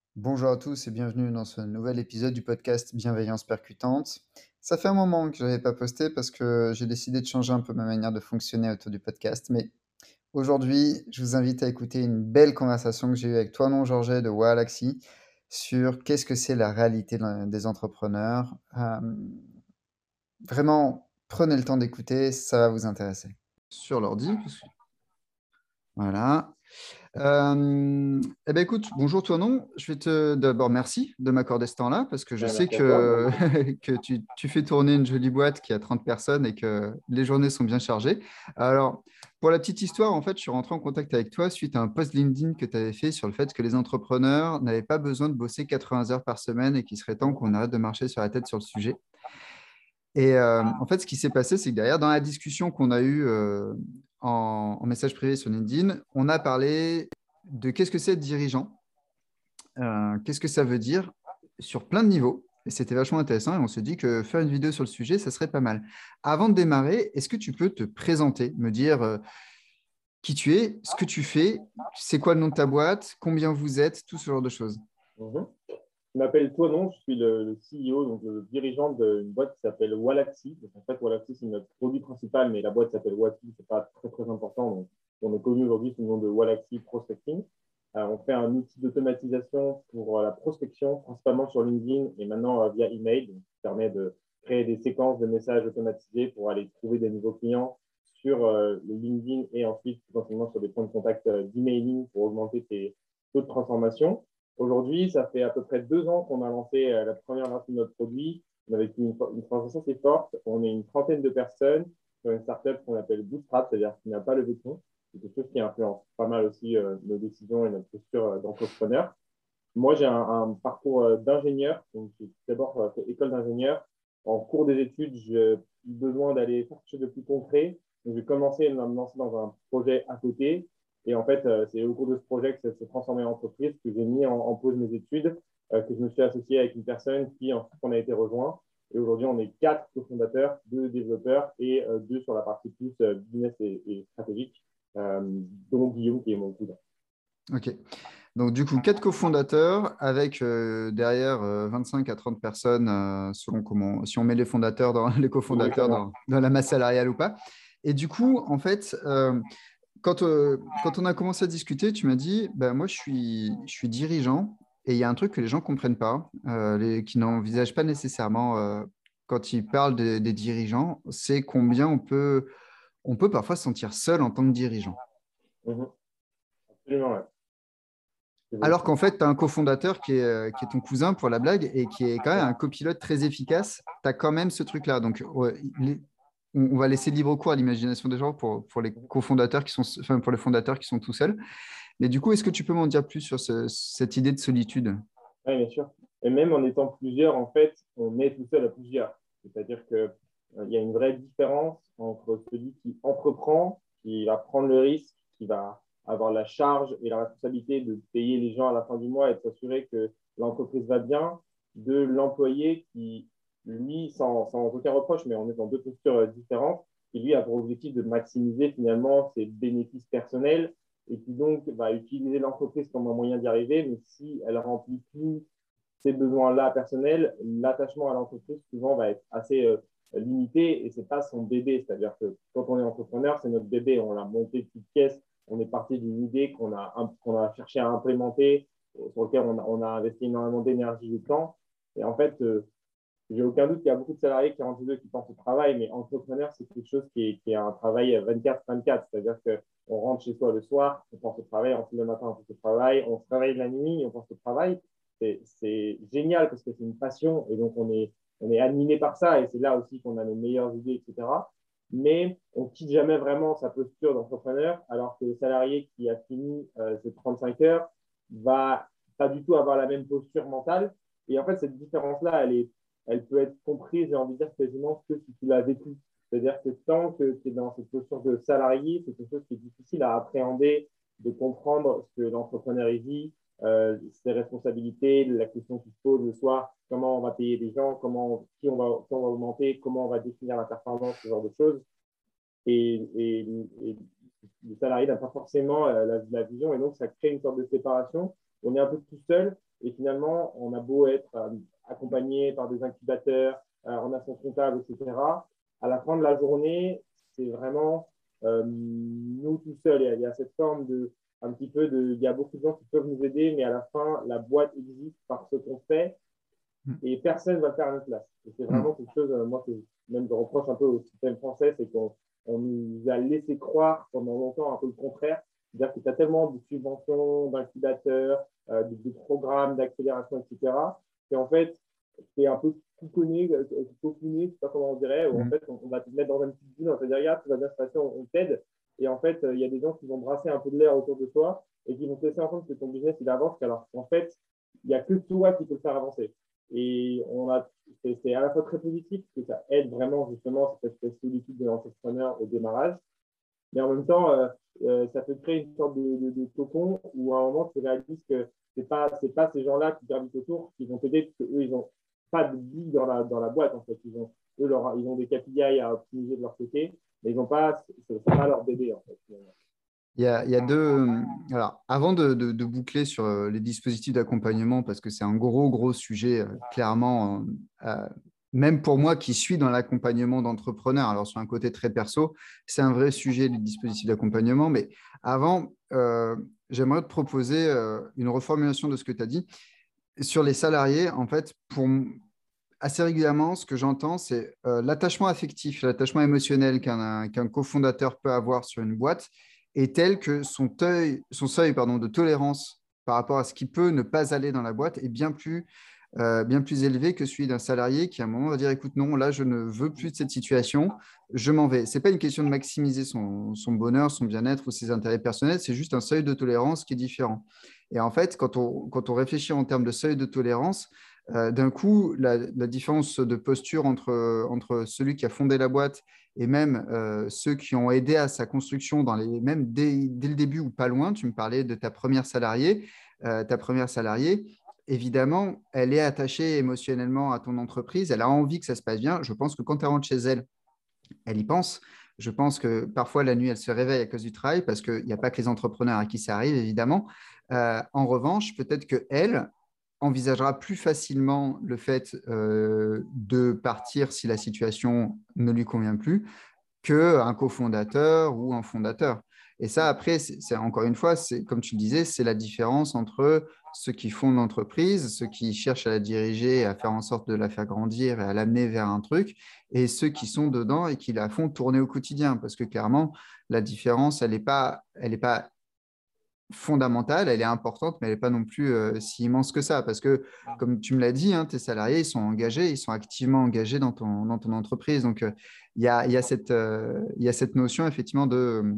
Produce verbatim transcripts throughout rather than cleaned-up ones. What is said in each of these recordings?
Bonjour à tous et bienvenue dans ce nouvel épisode du podcast Bienveillance percutante. Ça fait un moment que je n'avais pas posté parce que j'ai décidé de changer un peu ma manière de fonctionner autour du podcast. Mais aujourd'hui, je vous invite à écouter une belle conversation que j'ai eue avec Toinon Georget de Walaxy sur qu'est-ce que c'est la réalité de- des entrepreneurs. Euh, vraiment, prenez le temps d'écouter, ça va vous intéresser. Sur l'ordi, parce que- voilà. Euh, eh ben écoute, bonjour toi non. Je vais te d'abord merci de m'accorder ce temps-là parce que je Ouais, sais merci à toi. que, que tu, tu fais tourner une jolie boîte qui a trente personnes et que les journées sont bien chargées. Alors, pour la petite histoire, en fait, je suis rentré en contact avec toi suite à un post LinkedIn que tu avais fait sur le fait que les entrepreneurs n'avaient pas besoin de bosser quatre-vingts heures par semaine et qu'il serait temps qu'on arrête de marcher sur la tête sur le sujet. Et euh, en fait, ce qui s'est passé, c'est que derrière, dans la discussion qu'on a eue euh, en, en message privé sur LinkedIn, on a parlé de qu'est-ce que c'est être dirigeant, euh, qu'est-ce que ça veut dire sur plein de niveaux. Et c'était vachement intéressant et on se dit que faire une vidéo sur le sujet, ça serait pas mal. Avant de démarrer, est-ce que tu peux te présenter, me dire euh, qui tu es, ce que tu fais, c'est quoi le nom de ta boîte, combien vous êtes, tout ce genre de choses. Mhm. Je m'appelle Toinon, je suis le, le C E O, donc le dirigeant d'une boîte qui s'appelle Walaxy. Donc, en fait, Walaxy, c'est notre produit principal, mais la boîte s'appelle Wati, c'est pas très très important. Donc, on est connu aujourd'hui sous le nom de Walaxy Prospecting. Euh, on fait un outil d'automatisation pour euh, la prospection, principalement sur LinkedIn et maintenant euh, via email, donc, qui permet de créer des séquences de messages automatisés pour aller trouver des nouveaux clients sur euh, le LinkedIn et ensuite potentiellement sur des points de contact euh, d'emailing pour augmenter tes taux de transformation. Aujourd'hui, ça fait à peu près deux ans qu'on a lancé euh, la première partie de notre produit. On avait une, une transformation assez forte. On est une trentaine de personnes sur une startup qu'on appelle Bootstrap, c'est-à-dire qui n'a pas levé de fonds. C'est quelque chose qui influence pas mal aussi euh, nos décisions et notre posture euh, d'entrepreneur. Moi, j'ai un, un parcours euh, d'ingénieur. Donc, j'ai d'abord euh, fait école d'ingénieur. En cours des études, j'ai eu besoin d'aller faire quelque chose de plus concret. Donc, j'ai commencé à me lancer dans un projet à côté. Et en fait, euh, c'est au cours de ce projet que ça s'est transformé en entreprise, que j'ai mis en, en pause mes études, euh, que je me suis associé avec une personne qui, ensuite, on a été rejoint. Et aujourd'hui, on est quatre cofondateurs, deux développeurs et euh, deux sur la partie plus euh, business et, et stratégique, euh, dont Guillaume qui est mon cousin. Ok. Donc, du coup, quatre cofondateurs avec euh, derrière euh, vingt-cinq à trente personnes, euh, selon comment, si on met les fondateurs dans les cofondateurs Exactement. dans, dans la masse salariale ou pas. Et du coup, en fait, euh, quand, euh, quand on a commencé à discuter, tu m'as dit, ben, moi, je suis, je suis dirigeant et il y a un truc que les gens ne comprennent pas, euh, les, qui n'envisagent pas nécessairement euh, quand ils parlent des des dirigeants, c'est combien on peut, on peut parfois se sentir seul en tant que dirigeant. Mhm. Absolument, ouais. Alors qu'en fait, tu as un cofondateur qui est, euh, qui est ton cousin pour la blague et qui est quand même un copilote très efficace. Tu as quand même ce truc-là. Donc, ouais, les- on, on va laisser libre cours à l'imagination des gens pour, pour les cofondateurs qui sont, enfin, pour les fondateurs qui sont tout seuls. Mais du coup, est-ce que tu peux m'en dire plus sur ce- cette idée de solitude? Oui, bien sûr. Et même en étant plusieurs, en fait, on est tout seul à plusieurs. C'est-à-dire que, euh, il y a une vraie différence entre celui qui entreprend, qui va prendre le risque, qui va avoir la charge et la responsabilité de payer les gens à la fin du mois et de s'assurer que l'entreprise va bien, de l'employé qui, lui, sans, sans aucun reproche, mais on est dans deux postures euh, différentes, qui lui a pour objectif de maximiser finalement ses bénéfices personnels et qui donc va utiliser l'entreprise comme un moyen d'y arriver, mais si elle remplit plus ces besoins-là personnels, l'attachement à l'entreprise souvent va être assez euh, limité et c'est pas son bébé. C'est-à-dire que quand on est entrepreneur, c'est notre bébé. On l'a monté de toutes pièces. On est parti d'une idée qu'on a, qu'on a cherché à implémenter, sur laquelle on a, on a investi énormément d'énergie et de temps. Et en fait, euh, j'ai aucun doute qu'il y a beaucoup de salariés qui rentrent chez eux qui pensent au travail, mais entrepreneur, c'est quelque chose qui est, qui est un travail vingt-quatre vingt-quatre. C'est-à-dire qu'on rentre chez soi le soir, on pense au travail, on se lève le matin, on pense au travail, on se réveille la nuit, on pense au travail. C'est, c'est génial parce que c'est une passion et donc on est, on est animé par ça et c'est là aussi qu'on a nos meilleures idées, et cetera. Mais on ne quitte jamais vraiment sa posture d'entrepreneur, alors que le salarié qui a fini euh, ses trente-cinq heures va pas du tout avoir la même posture mentale. Et en fait, cette différence-là, elle est, elle peut être comprise, j'ai envie de dire, quasiment que si tu l'as vécu. C'est-à-dire que tant que tu es dans cette posture de salarié, c'est quelque chose qui est difficile à appréhender, de comprendre ce que l'entrepreneur vit, euh, ses responsabilités, la question qui se pose le soir, comment on va payer les gens, comment, qui on va, qui on va augmenter, comment on va définir la performance, ce genre de choses. Et, et, et le salarié n'a pas forcément la, la, la, vision et donc ça crée une sorte de séparation. on est un peu tout seul et finalement, on a beau être euh, accompagné par des incubateurs, euh, on a son comptable, et cetera. À la fin de la journée, c'est vraiment euh, nous tout seuls. Il y, a, il y a cette forme de, un petit peu de, il y a beaucoup de gens qui peuvent nous aider, mais à la fin, la boîte existe par ce qu'on fait et personne ne va le faire à notre place. Et c'est Mm. vraiment quelque chose, euh, moi, que même je reproche un peu au système français, c'est qu'on on nous a laissé croire pendant longtemps un peu le contraire. C'est-à-dire que tu as tellement de subventions, d'incubateurs, euh, de, de programmes d'accélération, et cetera, qu'en fait, c'est un peu couconné, cocooné, je sais pas comment on dirait, où en Mm. fait, on, on va te mettre dans une petite bulle, on va te dire, regarde, tout va bien se passer, on, on t'aide. Et en fait, il y a des gens qui vont brasser un peu de l'air autour de toi et qui vont te laisser entendre que ton business, il avance, alors qu'en fait, il n'y a que toi qui peux le faire avancer. Et on a, c'est, c'est à la fois très positif, parce que ça aide vraiment justement cette espèce de solitude de l'entrepreneur au démarrage, mais en même temps, euh, euh, ça peut créer une sorte de, de, de cocon où à un moment, tu réalises que ce n'est pas, c'est pas ces gens-là qui gravitent autour qui vont t'aider, parce qu'eux, ils n'ont pas de vie dans la, dans la boîte, en fait. Ils ont, eux, leur, ils ont des K P I à optimiser de leur côté, mais ils n'ont pas, c'est pas leur bébé, en fait. Il y a, il y a deux. euh, Alors, avant de, de- de boucler sur euh, les dispositifs d'accompagnement, parce que c'est un gros, gros sujet, euh, clairement, euh, euh, même pour moi qui suis dans l'accompagnement d'entrepreneurs, alors sur un côté très perso, c'est un vrai sujet, les dispositifs d'accompagnement. Mais avant, euh, j'aimerais te proposer euh, une reformulation de ce que tu as dit. Sur les salariés, en fait, pour, m- assez régulièrement, ce que j'entends, c'est euh, l'attachement affectif, l'attachement émotionnel qu'un qu'un cofondateur peut avoir sur une boîte est tel que son, teuil- son seuil pardon, de tolérance par rapport à ce qui peut ne pas aller dans la boîte est bien plus, euh, bien plus élevé que celui d'un salarié qui, à un moment, va dire, écoute, non, là, je ne veux plus de cette situation, je m'en vais. Ce n'est pas une question de maximiser son, son bonheur, son bien-être ou ses intérêts personnels, c'est juste un seuil de tolérance qui est différent. Et en fait, quand on, quand on réfléchit en termes de seuil de tolérance, euh, d'un coup, la, la, différence de posture entre, entre celui qui a fondé la boîte et même euh, ceux qui ont aidé à sa construction, dans les, même dès, dès, le début ou pas loin, tu me parlais de ta première salariée, euh, ta première salariée, évidemment, elle est attachée émotionnellement à ton entreprise, elle a envie que ça se passe bien. Je pense que quand elle rentre chez elle, elle y pense. Je pense que parfois la nuit, elle se réveille à cause du travail parce qu'il n'y a pas que les entrepreneurs à qui ça arrive, évidemment. Euh, en revanche, peut-être qu'elle envisagera plus facilement le fait euh, de partir si la situation ne lui convient plus qu'un cofondateur ou un fondateur. Et ça, après, c'est c'est- encore une fois, c'est comme tu le disais, c'est la différence entre ceux qui fondent l'entreprise, ceux qui cherchent à la diriger, à faire en sorte de la faire grandir et à l'amener vers un truc, et ceux qui sont dedans et qui la font tourner au quotidien. Parce que clairement, la différence, elle n'est pas, elle est pas fondamentale, elle est importante, mais elle n'est pas non plus euh, si immense que ça. Parce que, comme tu me l'as dit, hein, tes salariés, ils sont engagés, ils sont activement engagés dans ton, dans ton entreprise. Donc, euh, il y a, il y a cette, euh, il y a cette notion, effectivement, de,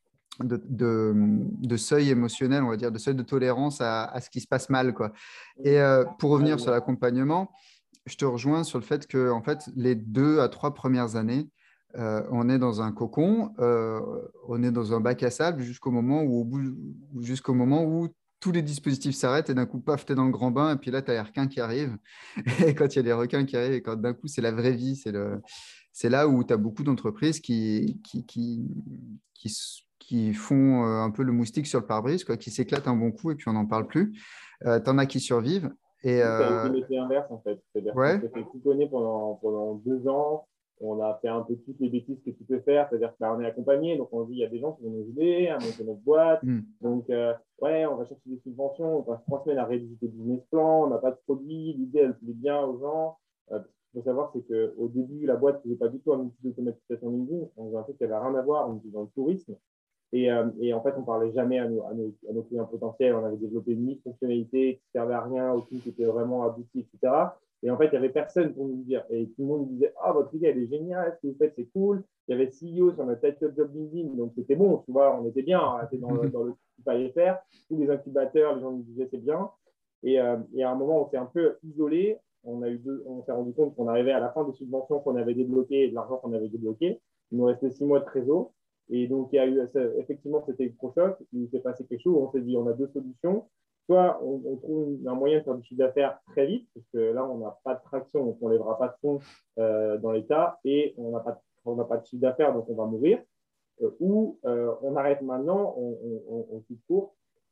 de, de, de seuil émotionnel, on va dire, de seuil de tolérance à, à ce qui se passe mal, quoi. Et euh, pour revenir sur l'accompagnement, je te rejoins sur le fait que en fait, les deux à trois premières années, euh, on est dans un cocon, euh, on est dans un bac à sable jusqu'au moment où, au bout, jusqu'au moment où tous les dispositifs s'arrêtent et d'un coup, paf, tu es dans le grand bain et puis là, tu as les requins qui arrivent. Et quand il y a les requins qui arrivent et quand d'un coup, c'est la vraie vie, c'est le, c'est là où tu as beaucoup d'entreprises qui, qui, qui, qui, qui font euh, un peu le moustique sur le pare-brise, quoi, qui s'éclatent un bon coup et puis on n'en parle plus. Euh, tu en as qui survivent. Et Nous, ça a été euh, l'effet inverse, en fait. C'est-à-dire qu'on ouais. s'est fait couponner pendant, pendant deux ans. On a fait un peu toutes les bêtises que tu peux faire. C'est-à-dire qu'on est accompagné. Donc, on se dit, il y a des gens qui vont nous aider à monter notre boîte. Mm. Donc, euh, ouais, on va chercher des subventions. On passe trois semaines à rédiger des business plans. On n'a pas de produit. L'idée, elle plaît bien aux gens. Euh, ce qu'il faut savoir, c'est qu'au début, la boîte ne faisait pas du tout un outil d'automatisation LinkedIn. On faisait un truc qui n'avait rien à voir. On était dans le tourisme. Et, euh, et, en fait, on parlait jamais à nos, à, nos, à nos, clients potentiels. On avait développé mille fonctionnalités qui ne servaient à rien, aucune qui était vraiment aboutie, et cetera. Et en fait, il n'y avait personne pour nous dire. Et tout le monde nous disait, ah, votre idée, elle est géniale, ce que vous faites, c'est cool. Il y avait C E O sur notre title job LinkedIn, donc c'était bon, tu vois, on était bien, on était dans le, dans le qu'il fallait faire. Tous les incubateurs, les gens nous disaient, c'est bien. Et, euh, et à un moment, on s'est un peu isolé. On, a eu deux, on s'est rendu compte qu'on arrivait à la fin des subventions qu'on avait débloquées et de l'argent qu'on avait débloqué. Il nous restait six mois de trésor. Et donc, il y a eu, effectivement, c'était le pro-choc. Il s'est passé quelque chose. On s'est dit, on a deux solutions. Soit on, on trouve un moyen de faire du chiffre d'affaires très vite, parce que là, on n'a pas de traction, donc on ne lèvera pas de fonds euh, dans l'État, et on n'a pas, on pas de chiffre d'affaires, donc on va mourir. Euh, ou euh, on arrête maintenant, on, on, on coupe court.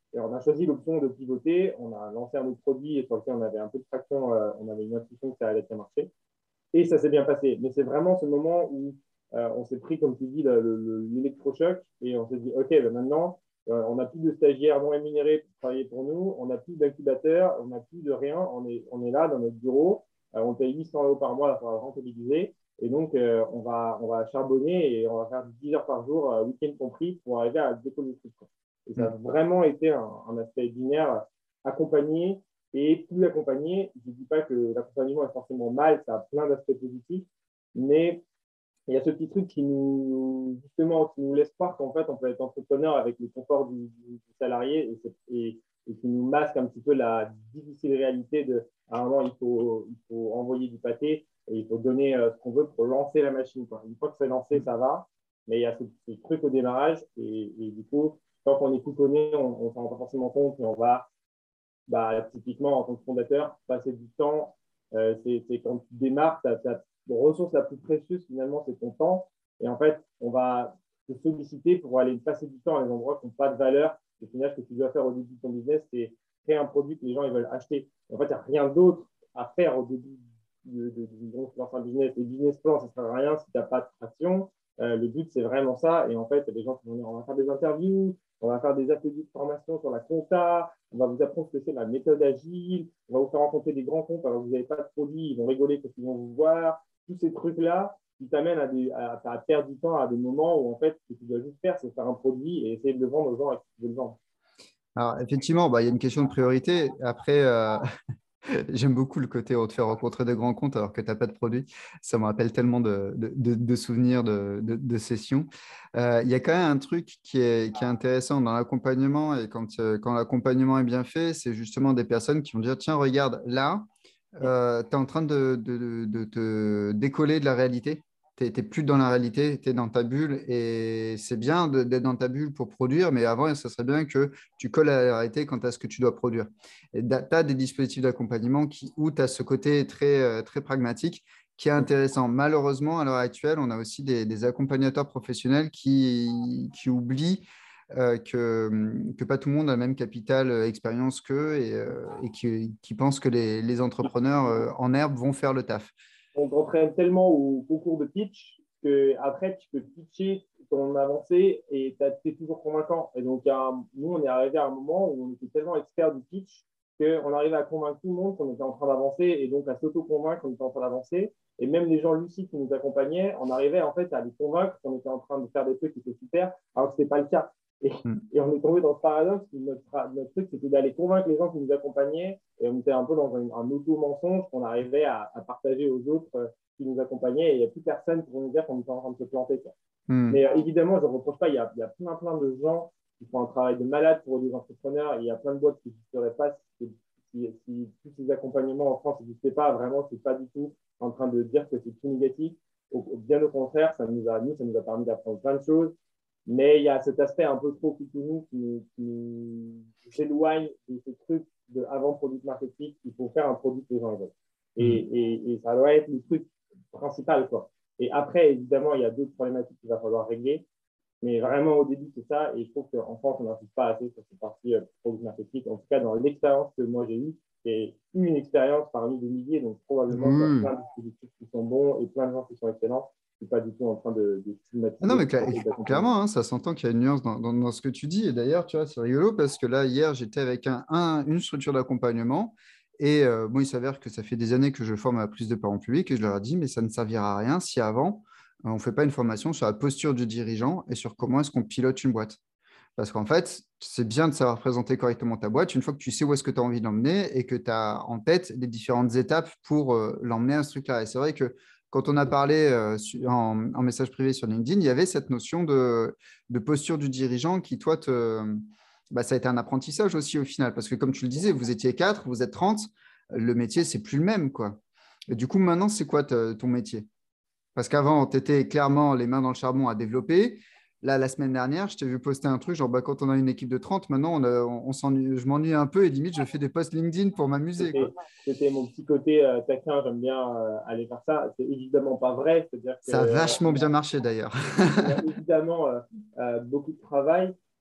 Et on a choisi l'option de pivoter. On a lancé un autre produit et sur lequel on avait un peu de traction. Euh, on avait une intuition que ça allait bien marcher. Et ça s'est bien passé. Mais c'est vraiment ce moment où euh, on s'est pris, comme tu dis, l'électrochoc et on s'est dit, OK, ben maintenant, euh, on n'a plus de stagiaires non rémunérés pour travailler pour nous, on n'a plus d'incubateurs, on n'a plus de rien. On est, on est là dans notre bureau, euh, on paye huit cents euros par mois pour rentabiliser. Et donc, euh, on, va, on va charbonner et on va faire dix heures par jour, euh, week-end compris, pour arriver à décoller le truc. Et ça a vraiment été un, un aspect binaire accompagné. Et plus accompagné, je ne dis pas que l'accompagnement est forcément mal, ça a plein d'aspects positifs, mais il y a ce petit truc qui nous, justement, qui nous laisse croire qu'en fait, on peut être entrepreneur avec le confort du, du, du salarié et, et, et, qui nous masque un petit peu la difficile réalité de, à un moment, il faut, il faut envoyer du pâté et il faut donner euh, ce qu'on veut pour lancer la machine, quoi. Une fois que c'est lancé, ça va, mais il y a ce, ce truc au démarrage et, et du coup, tant qu'on est coutonné, on ne s'en rend pas forcément compte et on va, bah, typiquement, en tant que fondateur, passer du temps, euh, c'est quand tu démarres, ta, ta ressource la plus précieuse, finalement, c'est ton temps. Et en fait, on va te solliciter pour aller passer du temps à des endroits qui n'ont pas de valeur. Au final, ce que tu dois faire au début de ton business, c'est créer un produit que les gens ils veulent acheter. Et en fait, il n'y a rien d'autre à faire au début de, de, de, de lancer un business. Les business plans, ça ne sert à rien si tu n'as pas de traction. Euh, le but, c'est vraiment ça. Et en fait, il y a des gens qui vont dire, on va faire des interviews, on va faire des ateliers de formation sur la compta, on va vous apprendre ce que c'est la méthode agile, on va vous faire rencontrer des grands comptes alors que vous n'avez pas de produit, ils vont rigoler parce qu'ils vont vous voir. Tous ces trucs-là qui t'amènent à, des, à, à perdre du temps à des moments où en fait, ce que tu dois juste faire, c'est faire un produit et essayer de le vendre aux gens à qui tu veux le vendre. Alors, effectivement, bah, il y a une question de priorité. Après, euh, j'aime beaucoup le côté on te fait rencontrer de grands comptes alors que tu n'as pas de produit. Ça me rappelle tellement de, de- de- de souvenirs de, de- de sessions. Euh, il y a quand même un truc qui est, qui est intéressant dans l'accompagnement et quand, euh, quand l'accompagnement est bien fait, c'est justement des personnes qui vont dire, tiens, regarde, là, tu es en train de, de- de te décoller de la réalité. Tu n'es plus dans la réalité, tu es dans ta bulle et c'est bien de- d'être dans ta bulle pour produire, mais avant, ça serait bien que tu colles à la réalité quant à ce que tu dois produire. Et tu as des dispositifs d'accompagnement qui, où tu as ce côté très, euh, très pragmatique qui est intéressant. Malheureusement, à l'heure actuelle, on a aussi des, des accompagnateurs professionnels qui, qui oublient euh, que, que pas tout le monde a le même capital euh, expérience qu'eux et, euh, et qui, qui pensent que les, les entrepreneurs euh, en herbe vont faire le taf. On t'entraîne tellement au concours de pitch qu'après, tu peux pitcher ton avancée et tu es toujours convaincant. Et donc, un, nous, on est arrivé à un moment où on était tellement experts du pitch qu'on arrivait à convaincre tout le monde qu'on était en train d'avancer et donc à s'auto-convaincre qu'on était en train d'avancer. Et même les gens lucides qui nous accompagnaient, on arrivait en fait à les convaincre qu'on était en train de faire des trucs qui étaient super, alors que ce n'était pas le cas. Et, Mm. et, on est tombé dans ce paradoxe où notre, notre truc, c'était d'aller convaincre les gens qui nous accompagnaient. Et on était un peu dans un, un auto-mensonge qu'on arrivait à, à, partager aux autres euh, qui nous accompagnaient. Et il n'y a plus personne pour nous dire qu'on était en train de se planter, quoi. Mm. Mais euh, évidemment, je ne reproche pas. Il y, a, il y a plein, plein de gens qui font un travail de malade pour des entrepreneurs. Et il y a plein de boîtes qui n'existeraient pas si, si, si, tous ces accompagnements en France n'existaient pas. Vraiment, c'est pas du tout en train de dire que c'est tout négatif. Au, bien au contraire, ça nous a, nous, ça nous a permis d'apprendre plein de choses. Mais il y a cet aspect un peu trop coutoumou qui, qui s'éloigne de ce truc de avant produit marketing. Il faut faire un produit que les gens veulent. Et, Mm. et, et ça doit être le truc principal, quoi. Et après, évidemment, il y a d'autres problématiques qu'il va falloir régler. Mais vraiment, au début, c'est ça. Et je trouve qu'en France, on n'insiste pas assez sur cette partie euh, produit marketing. En tout cas, dans l'expérience que moi j'ai eue, c'est une expérience parmi des milliers. Donc, probablement qu'il y a Oui. plein de dispositifs qui sont bons et plein de gens qui sont excellents. Je ne suis pas du tout en train de, de Ah non, stigmatiser mais ce cla- processus d'accompagnement. clairement, hein, ça s'entend qu'il y a une nuance dans, dans- dans ce que tu dis. Et d'ailleurs, tu vois, c'est rigolo parce que là, hier, j'étais avec un, un- une structure d'accompagnement et euh, bon, il s'avère que ça fait des années que je forme à plus de parents publics et je leur ai dit, mais ça ne servira à rien si avant, euh, on ne fait pas une formation sur la posture du dirigeant et sur comment est-ce qu'on pilote une boîte. Parce qu'en fait, c'est bien de savoir présenter correctement ta boîte une fois que tu sais où est-ce que tu as envie de l'emmener et que tu as en tête les différentes étapes pour euh, l'emmener à ce truc-là. Et c'est vrai que quand on a parlé euh, su- en, en message privé sur LinkedIn, il y avait cette notion de, de posture du dirigeant qui, toi, te, bah, ça a été un apprentissage aussi au final. Parce que comme tu le disais, vous étiez quatre, vous êtes trente, le métier, c'est plus le même, quoi. Et du coup, maintenant, c'est quoi te- ton métier? Parce qu'avant, tu étais clairement les mains dans le charbon à développer. Là, la semaine dernière, je t'ai vu poster un truc, genre bah, quand on a une équipe de trente, maintenant, on, a- on, on s'ennuie- je m'ennuie un peu et limite, je fais des posts LinkedIn pour m'amuser, quoi. C'était mon petit côté euh, taquin, j'aime bien euh, aller faire ça. C'est évidemment pas vrai, c'est-à-dire Ça a qu'on vachement a, bien marché d'ailleurs. on a évidemment euh, euh, beaucoup de travail,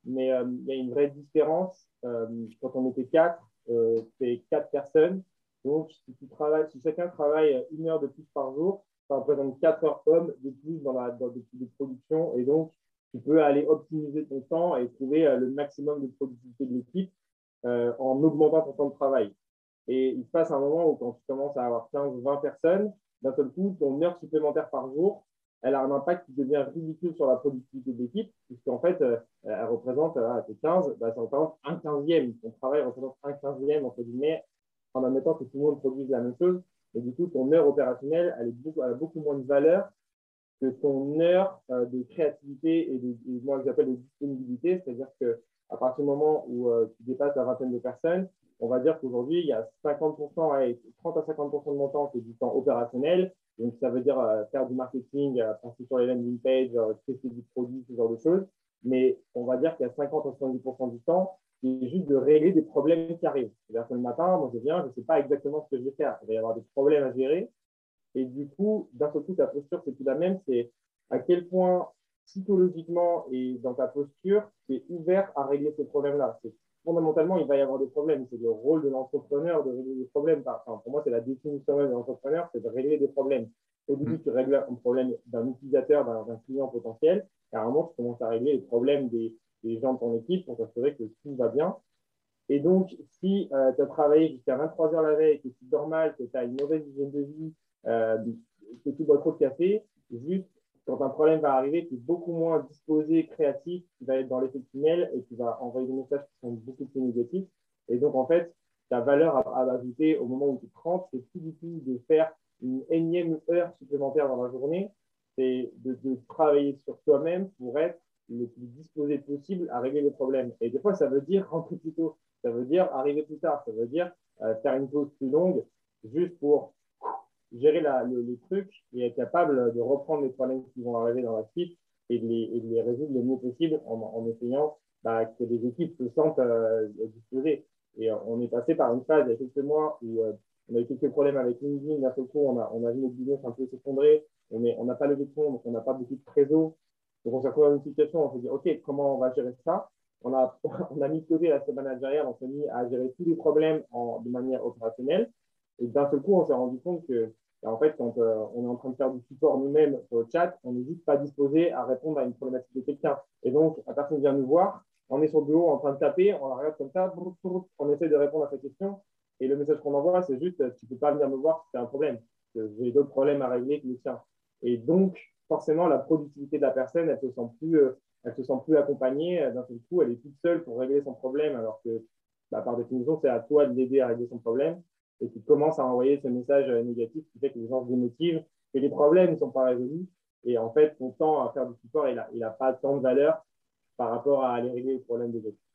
mais euh, il y a une vraie différence. Euh, quand on était quatre, euh, c'est quatre personnes. Donc, si, tu travailles, si chacun travaille une heure de plus par jour, ça représente quatre heures hommes de plus dans la dans des de production. Et donc, tu peux aller optimiser ton temps et trouver euh, le maximum de productivité de l'équipe euh, en augmentant ton temps de travail. Et il se passe un moment où quand tu commences à avoir quinze ou vingt personnes, d'un seul coup, ton heure supplémentaire par jour, elle a un impact qui devient ridicule sur la productivité de l'équipe, puisqu'en fait, euh, elle représente, euh, c'est quinze, bah, ça représente un quinzième. Ton travail représente un quinzième, entre guillemets, en admettant que tout le monde produise la même chose. Et du coup, ton heure opérationnelle, elle, est beaucoup, elle a beaucoup moins de valeur que ton heure euh, de créativité et de, de moi, que j'appelle de disponibilité. C'est-à-dire qu'à partir du moment où euh, tu dépasses la vingtaine de personnes, on va dire qu'aujourd'hui, il y a cinquante pour cent, ouais, trente à cinquante pour cent de mon temps, c'est du temps opérationnel. Donc, ça veut dire euh, faire du marketing, euh, passer sur les landing pages, euh, tester du produit, ce genre de choses. Mais on va dire qu'il y a cinquante à soixante-dix pour cent du temps qui est juste de régler des problèmes qui arrivent. C'est-à-dire que le matin, moi, je viens, je ne sais pas exactement ce que je vais faire. Il va y avoir des problèmes à gérer. Et du coup, d'un seul coup, ta posture, c'est plus la même. C'est à quel point, psychologiquement et dans ta posture, tu es ouvert à régler ces problèmes-là. C'est, fondamentalement, il va y avoir des problèmes. C'est le rôle de l'entrepreneur de régler des problèmes. Enfin, pour moi, c'est la définition même de l'entrepreneur, c'est de régler des problèmes. Au début, tu règles un problème d'un utilisateur, d'un, d'un client potentiel. Et à un moment, tu commences à régler les problèmes des, des gens de ton équipe pour t'assurer que tout va bien. Et donc, si euh, tu as travaillé jusqu'à vingt-trois heures la veille, que tu dors mal, que tu as une mauvaise hygiène de vie, euh, que tu bois trop de café, juste quand un problème va arriver, tu es beaucoup moins disposé, créatif, tu vas être dans l'effet tunnel et tu vas envoyer des messages qui sont beaucoup plus négatifs. Et donc, en fait, ta valeur à, à ajouter au moment où tu te rends, c'est plus du tout de faire une énième heure supplémentaire dans la journée, c'est de, de travailler sur toi-même pour être le plus disposé possible à régler les problèmes. Et des fois, ça veut dire rentrer plus tôt. Ça veut dire arriver plus tard. Ça veut dire euh, faire une pause plus longue juste pour gérer la, le, le truc et être capable de reprendre les problèmes qui vont arriver dans la suite et de les, et de les résoudre le mieux possible en, en essayant bah, que les équipes se sentent euh, disposées. Et euh, on est passé par une phase il y a quelques mois où euh, on a eu quelques problèmes avec LinkedIn. D'un seul coup, on a, on a vu notre business un peu s'effondrer. On n'a on pas levé de fonds, donc on n'a pas beaucoup de trésor. Donc on s'est retrouvé dans une situation où on s'est dit, OK, comment on va gérer ça? On a, on a mis de côté l'aspect managérial, on s'est mis à gérer tous les problèmes en, de manière opérationnelle. Et d'un seul coup, on s'est rendu compte que, en fait, quand euh, on est en train de faire du support nous-mêmes sur le chat, on n'est juste pas disposé à répondre à une problématique de quelqu'un. Et donc, la personne vient nous voir, on est sur le bureau en train de taper, on la regarde comme ça, on essaie de répondre à sa question. Et le message qu'on envoie, c'est juste, tu ne peux pas venir me voir si c'est un problème. J'ai d'autres problèmes à régler que le tien. Et donc, forcément, la productivité de la personne, elle se sent plus, euh, elle se sent plus accompagnée. D'un seul coup, elle est toute seule pour régler son problème, alors que, bah, par définition, c'est à toi de l'aider à régler son problème. Et tu commences à envoyer ce message négatif qui fait que les gens se démotivent, que les problèmes ne sont pas résolus. Et en fait, ton temps à faire du support, il n'a il a pas tant de valeur par rapport à aller régler les problèmes des autres.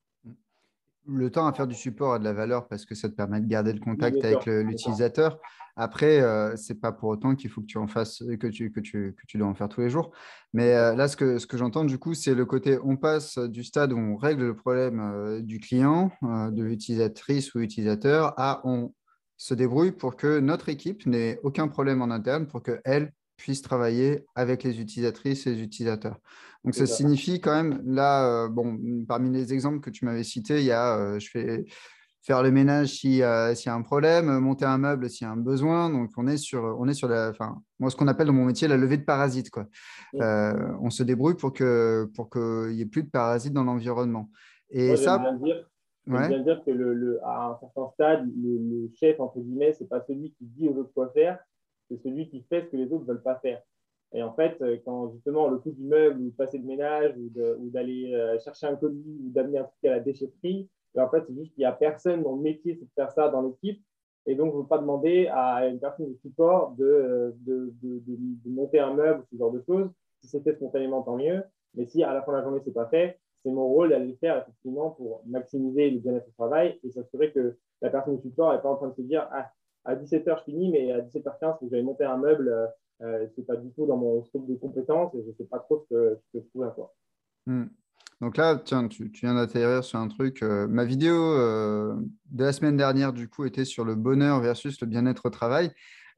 Le temps à faire du support a de la valeur parce que ça te permet de garder le Oui, contact bien avec sûr. l'utilisateur. Après, euh, c'est pas pour autant qu'il faut que tu en fasses, que tu, que tu, que tu dois en faire tous les jours. Mais euh, là, ce que, ce que j'entends du coup, c'est le côté, on passe du stade où on règle le problème euh, du client, euh, de l'utilisatrice ou utilisateur, à on se débrouille pour que notre équipe n'ait aucun problème en interne, pour qu'elle puisse travailler avec les utilisatrices et les utilisateurs. Donc, ça C'est ça. signifie quand même, là, euh, bon, parmi les exemples que tu m'avais cités, il y a, euh, je fais faire le ménage si, euh, s'il y a un problème, monter un meuble s'il y a un besoin. Donc, on est sur, on est sur la, enfin, moi, ce qu'on appelle dans mon métier la levée de parasites, quoi. Mm. Euh, on se débrouille pour que, pour qu'il n'y ait plus de parasites dans l'environnement. Et Moi, j'aime ça, bien dire, j'aime ouais, bien dire que le, le, à un certain stade, le, le chef, entre guillemets, c'est pas celui qui dit aux autres quoi faire, c'est celui qui fait ce que les autres ne veulent pas faire. Et en fait, euh, quand justement le coup du meuble, ou de passer le ménage, ou, de, ou d'aller euh, chercher un colis, ou d'amener un truc à la déchetterie, et en fait, c'est juste qu'il n'y a personne dont le métier, c'est de faire ça dans l'équipe. Et donc, je ne veux pas demander à une personne de support de, de, de, de, de monter un meuble, ce genre de choses. Si c'est fait spontanément, tant mieux. Mais si à la fin de la journée, ce n'est pas fait, c'est mon rôle d'aller le faire effectivement pour maximiser le bien-être au travail et s'assurer que la personne de support n'est pas en train de se dire ah, à dix-sept heures, je finis, mais à dix-sept heures quinze, vous allez monter un meuble, euh, ce n'est pas du tout dans mon scope de compétences et je ne sais pas trop ce que, ce que je trouve à quoi. hmm. Donc là, tiens, tu, tu viens d'atterrir sur un truc. Euh, ma vidéo euh, de la semaine dernière, du coup, était sur le bonheur versus le bien-être au travail.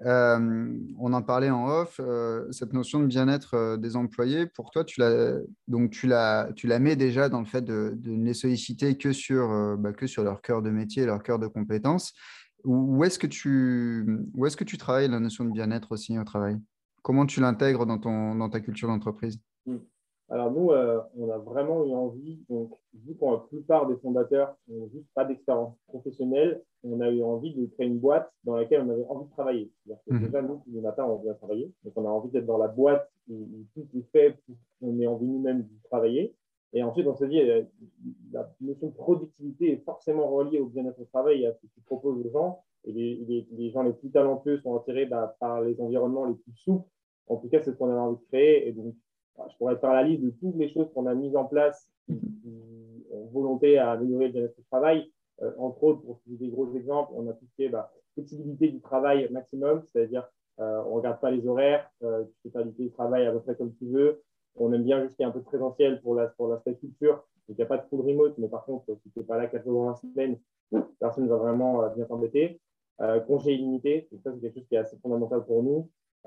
Euh, on en parlait en off. Euh, cette notion de bien-être euh, des employés, pour toi, tu la, donc tu la, tu la mets déjà dans le fait de, de ne les solliciter que sur, euh, bah, que sur leur cœur de métier, leur cœur de compétences. Où, où est-ce que tu, où est-ce que tu travailles la notion de bien-être aussi au travail? Comment tu l'intègres dans ton, dans ta culture d'entreprise? Mm. Alors nous, euh, on a vraiment eu envie, donc vu qu'on la plupart des fondateurs n'ont juste pas d'expérience professionnelle, on a eu envie de créer une boîte dans laquelle on avait envie de travailler. C'est-à-dire que Mhm. déjà, nous, tous les matins, on vient travailler, donc on a envie d'être dans la boîte où, où tout est fait pour qu'on ait envie nous-mêmes de travailler. Et ensuite, on se dit, euh, la notion de productivité est forcément reliée au bien-être au travail et à ce que tu proposes aux gens. Et les, les, les gens les plus talentueux sont attirés bah, par les environnements les plus souples. En tout cas, c'est ce qu'on avait envie de créer. Et donc, je pourrais faire la liste de toutes les choses qu'on a mises en place qui, qui ont volonté à améliorer le bien-être au travail. Euh, entre autres, pour citer des gros exemples, on a tout ce qui est bah, flexibilité du travail maximum, c'est-à-dire euh, on ne regarde pas les horaires, euh, tu peux faire du télétravail à peu près comme tu veux. On aime bien juste qu'il y ait un peu de présentiel pour la, pour l'aspect culture. Donc, il n'y a pas de full remote, mais par contre, si tu n'es pas là quatre jours dans la semaine, personne ne va vraiment euh, bien t'embêter. Euh, congé illimité, ça, c'est quelque chose qui est assez fondamental pour nous.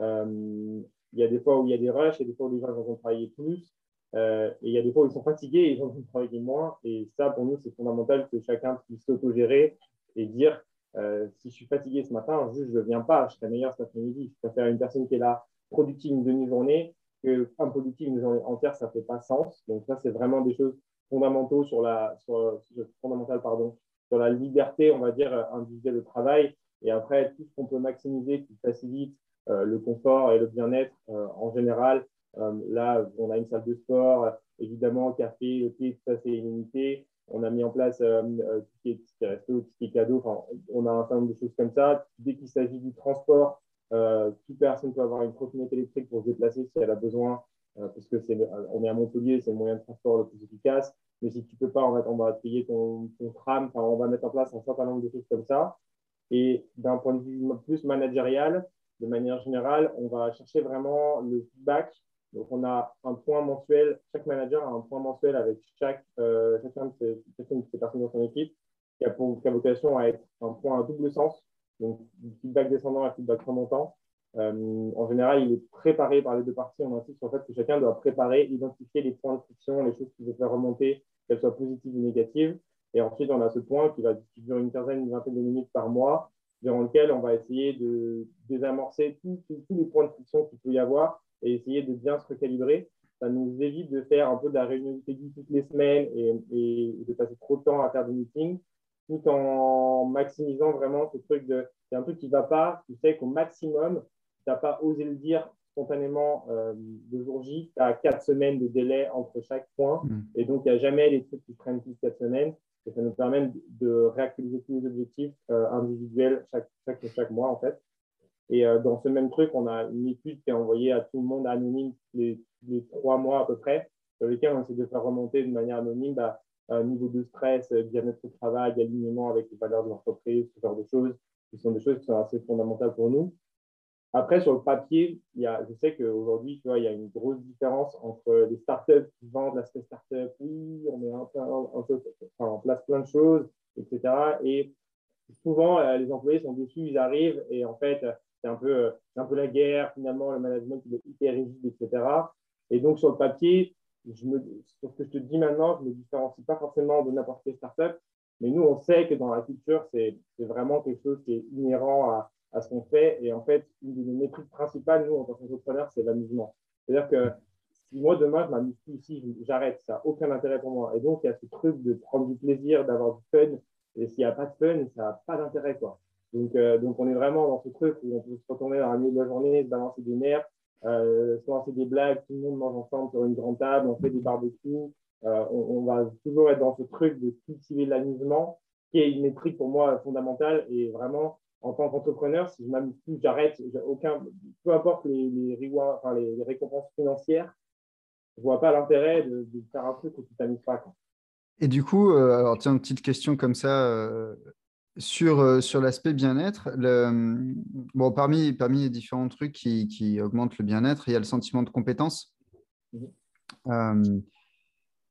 Euh, il y a des fois où il y a des rushs, il y a des fois où les gens vont travailler plus, euh, et il y a des fois où ils sont fatigués et ils vont travailler moins. Et ça, pour nous, c'est fondamental que chacun puisse s'autogérer et dire euh, si je suis fatigué ce matin, juste je ne viens pas, je serai meilleur cet après-midi. Je préfère une personne qui est là productive une demi-journée que improductive une journée entière, ça ne fait pas sens. Donc, ça, c'est vraiment des choses fondamentaux sur la, sur, fondamentales, pardon, sur la liberté, on va dire, individuelle de travail. Et après, tout ce qu'on peut maximiser qui facilite euh, le confort et le bien-être euh, en général. Euh, là, on a une salle de sport, euh, évidemment, café, le thé, tout ça, c'est illimité. On a mis en place euh, euh, tout ce qui est, tout ce qui est resto, tout ce qui est cadeau. Enfin, on a un certain nombre de choses comme ça. Dès qu'il s'agit du transport, euh, toute personne peut avoir une trottinette électrique pour se déplacer si elle a besoin, euh, parce que c'est, on est à Montpellier, c'est le moyen de transport le plus efficace. Mais si tu peux pas, en fait, on va payer ton, ton tram. Enfin, on va mettre en place un certain nombre de choses comme ça. Et d'un point de vue plus managérial, de manière générale, on va chercher vraiment le feedback. Donc, on a un point mensuel, chaque manager a un point mensuel avec chaque, euh, chacun de ces, chacune de ces personnes dans son équipe qui a, pour, qui a vocation à être un point à double sens, donc du feedback descendant et feedback remontant. Euh, en général, il est préparé par les deux parties. On insiste sur le fait que chacun doit préparer, identifier les points de friction, les choses qu'il veut faire remonter, qu'elles soient positives ou négatives. Et ensuite, on a ce point qui, va, qui dure une quinzaine, une vingtaine de minutes par mois, durant lequel on va essayer de désamorcer tous, tous, tous les points de friction qu'il peut y avoir et essayer de bien se recalibrer. Ça nous évite de faire un peu de la réunion toutes les semaines et, et, de passer trop de temps à faire des meetings, tout en maximisant vraiment ce truc de c'est un truc qui ne va pas, tu sais qu'au maximum, tu n'as pas osé le dire spontanément euh, le jour J, tu as quatre semaines de délai entre chaque point, Mhm. et donc il n'y a jamais les trucs qui prennent plus de quatre semaines, et ça nous permet de réactualiser tous les objectifs euh, individuels chaque, chaque, chaque mois en fait. Et euh, dans ce même truc, on a une étude qui est envoyée à tout le monde anonyme les, les trois mois à peu près, sur lesquels on essaie de faire remonter de manière anonyme bah, un niveau de stress, bien-être au travail, alignement avec les valeurs de l'entreprise, ce genre de choses, qui sont des choses qui sont assez fondamentales pour nous. Après, sur le papier, il y a, je sais qu'aujourd'hui, tu vois, il y a une grosse différence entre les startups qui vendent l'aspect startup, oui, on met un peu, un peu enfin, en place plein de choses, et cetera. Et souvent, euh, les employés sont déçus, ils arrivent et en fait, c'est un peu, c'est un peu la guerre, finalement, le management il est hyper rigide, et cetera. Et donc, sur le papier, je me, sur ce que je te dis maintenant, je ne me différencie pas forcément de n'importe quelle startup, mais nous, on sait que dans la culture, c'est, c'est vraiment quelque chose qui est inhérent à, à ce qu'on fait. Et en fait, une de nos métriques principales, nous, en tant qu'entrepreneurs, c'est l'amusement. C'est-à-dire que si moi, demain, je m'amuse plus ici, j'arrête, ça n'a aucun intérêt pour moi. Et donc, il y a ce truc de prendre du plaisir, d'avoir du fun, et s'il n'y a pas de fun, ça n'a pas d'intérêt, quoi. Donc, euh, donc, on est vraiment dans ce truc où on peut se retourner dans la milieu de la journée, se balancer des nerfs, euh, se lancer des blagues, tout le monde mange ensemble sur une grande table, on fait des barbecues. Euh, on, on, va toujours être dans ce truc de cultiver l'amusement, qui est une métrique pour moi fondamentale. Et vraiment, en tant qu'entrepreneur, si je m'amuse plus, j'arrête. Aucun, peu importe les, les, rewards, enfin, les, les récompenses financières, je ne vois pas l'intérêt de, de faire un truc où tu ne t'amuses pas, quoi. Et du coup, euh, alors tiens, une petite question comme ça euh, sur, euh, sur l'aspect bien-être. Le, bon, parmi, parmi les différents trucs qui, qui augmentent le bien-être, il y a le sentiment de compétence. Mm-hmm. Euh,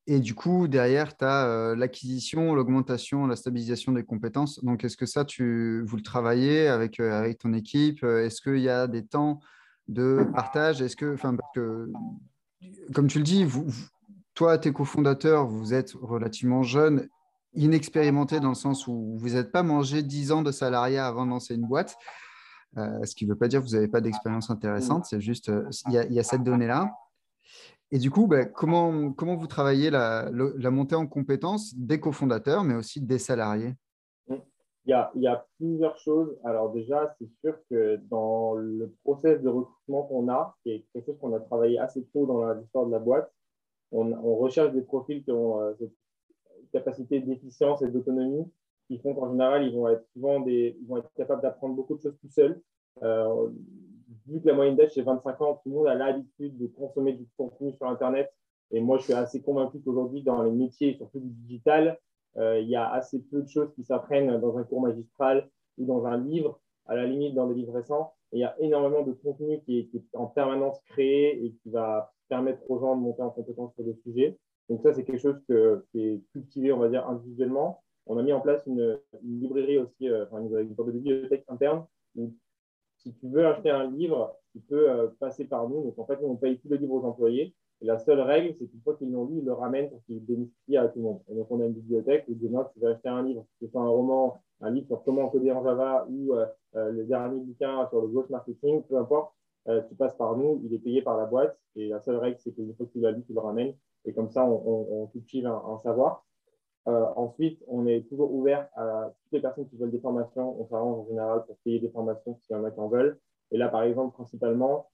Et du coup, derrière, tu as l'acquisition, l'augmentation, la stabilisation des compétences. Donc, est-ce que ça, tu, vous le travaillez avec, euh, avec ton équipe? Euh, Est-ce qu'il y a des temps de partage? Est-ce que, enfin, parce que, comme tu le dis, vous, vous- toi, tes cofondateurs, vous êtes relativement jeunes, inexpérimentés dans le sens où vous n'êtes pas mangé dix ans de salariat avant de lancer une boîte. Euh, ce qui ne veut pas dire que vous n'avez pas d'expérience intéressante, c'est juste, euh, il y a, il y a cette donnée-là. Et du coup, ben, comment, comment vous travaillez la, le- la montée en compétences des cofondateurs, mais aussi des salariés? Il y a, il y a plusieurs choses. Alors déjà, c'est sûr que dans le process de recrutement qu'on a, qui est quelque chose qu'on a travaillé assez tôt dans l'histoire de la boîte, on, on recherche des profils qui ont euh, cette capacité d'efficience et d'autonomie qui font qu'en général, ils vont être souvent des, ils vont être capables d'apprendre beaucoup de choses tout seuls. Euh, Vu que la moyenne d'âge, c'est vingt-cinq ans, tout le monde a l'habitude de consommer du contenu sur Internet. Et moi, je suis assez convaincu qu'aujourd'hui, dans les métiers, surtout du digital, euh, il y a assez peu de choses qui s'apprennent dans un cours magistral ou dans un livre, à la limite dans des livres récents. Et il y a énormément de contenu qui est, qui est en permanence créé et qui va permettre aux gens de monter en compétence sur des sujets. Donc ça, c'est quelque chose que, qui est cultivé, on va dire, individuellement. On a mis en place une, une librairie aussi, euh, enfin, une, une sorte de bibliothèque interne où si tu veux acheter un livre, tu peux euh, passer par nous. Donc, en fait, nous, on paye tous les livres aux employés. Et la seule règle, c'est qu'une fois qu'ils l'ont lu, ils le ramènent pour qu'ils bénéficient à tout le monde. Et donc, on a une bibliothèque où demain, tu veux acheter un livre, que ce soit un roman, un livre sur comment coder en Java ou euh, euh, le dernier bouquin sur le growth marketing, peu importe, euh, tu passes par nous, il est payé par la boîte. Et la seule règle, c'est qu'une fois que tu l'as lu, tu le ramènes. Et comme ça, on, on, on cultive un, un savoir. Euh, ensuite, on est toujours ouvert à toutes les personnes qui veulent des formations. On s'arrange en général pour payer des formations s'il y en a qui en veulent. Et là, par exemple, principalement,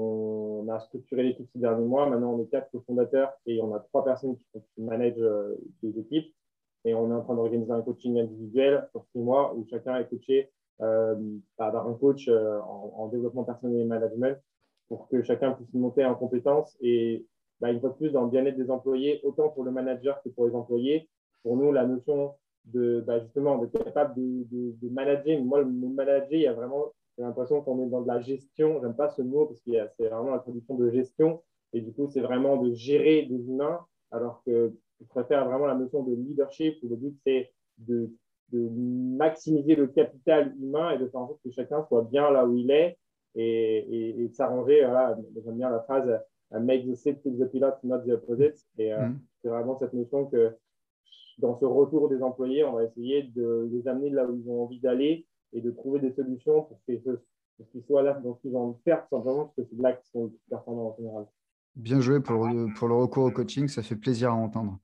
on a structuré l'équipe ces derniers mois. Maintenant, on est quatre cofondateurs et on a trois personnes qui, qui managent euh, des équipes. Et on est en train d'organiser un coaching individuel sur six mois où chacun est coaché euh, par un coach euh, en, en développement personnel et management pour que chacun puisse monter en compétences. Et bah, une fois de plus, dans le bien-être des employés, autant pour le manager que pour les employés, pour nous, la notion de bah, justement d'être capable de, de, de manager. Moi, le mot manager, il y a vraiment, j'ai l'impression qu'on est dans de la gestion. J'aime pas ce mot parce que c'est vraiment la traduction de gestion. Et du coup, c'est vraiment de gérer des humains, alors que je préfère vraiment la notion de leadership où le but, c'est de, de maximiser le capital humain et de faire en sorte que chacun soit bien là où il est et, et, et de s'arranger. Voilà, j'aime bien la phrase make the seat the pilot, not the opposite. Et euh, Mm. c'est vraiment cette notion que dans ce retour des employés, on va essayer de les amener là où ils ont envie d'aller et de trouver des solutions pour qu'ils qu soient là dans ce qu'ils ont envie de faire, tout simplement parce que c'est là qu'ils sont le plus performants en général. Bien joué pour le, pour le recours au coaching, ça fait plaisir à entendre.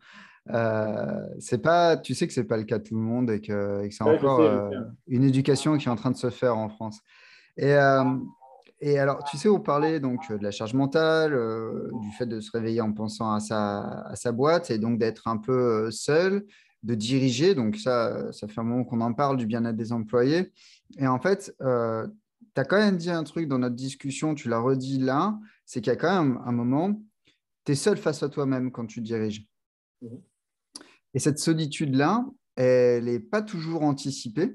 Euh, c'est pas, tu sais que c'est pas le cas de tout le monde et que, et que c'est Ouais, je encore sais, je euh, sais. une éducation qui est en train de se faire en France. Et, euh, et alors, tu sais, on parlait donc de la charge mentale, euh, du fait de se réveiller en pensant à sa, à sa boîte et donc d'être un peu euh, seul, de diriger. Donc ça, ça fait un moment qu'on en parle du bien-être des employés. Et en fait, euh, tu as quand même dit un truc dans notre discussion, tu l'as redit là, c'est qu'il y a quand même un moment, tu es seul face à toi-même quand tu diriges. Mhm. Et cette solitude-là, elle n'est pas toujours anticipée.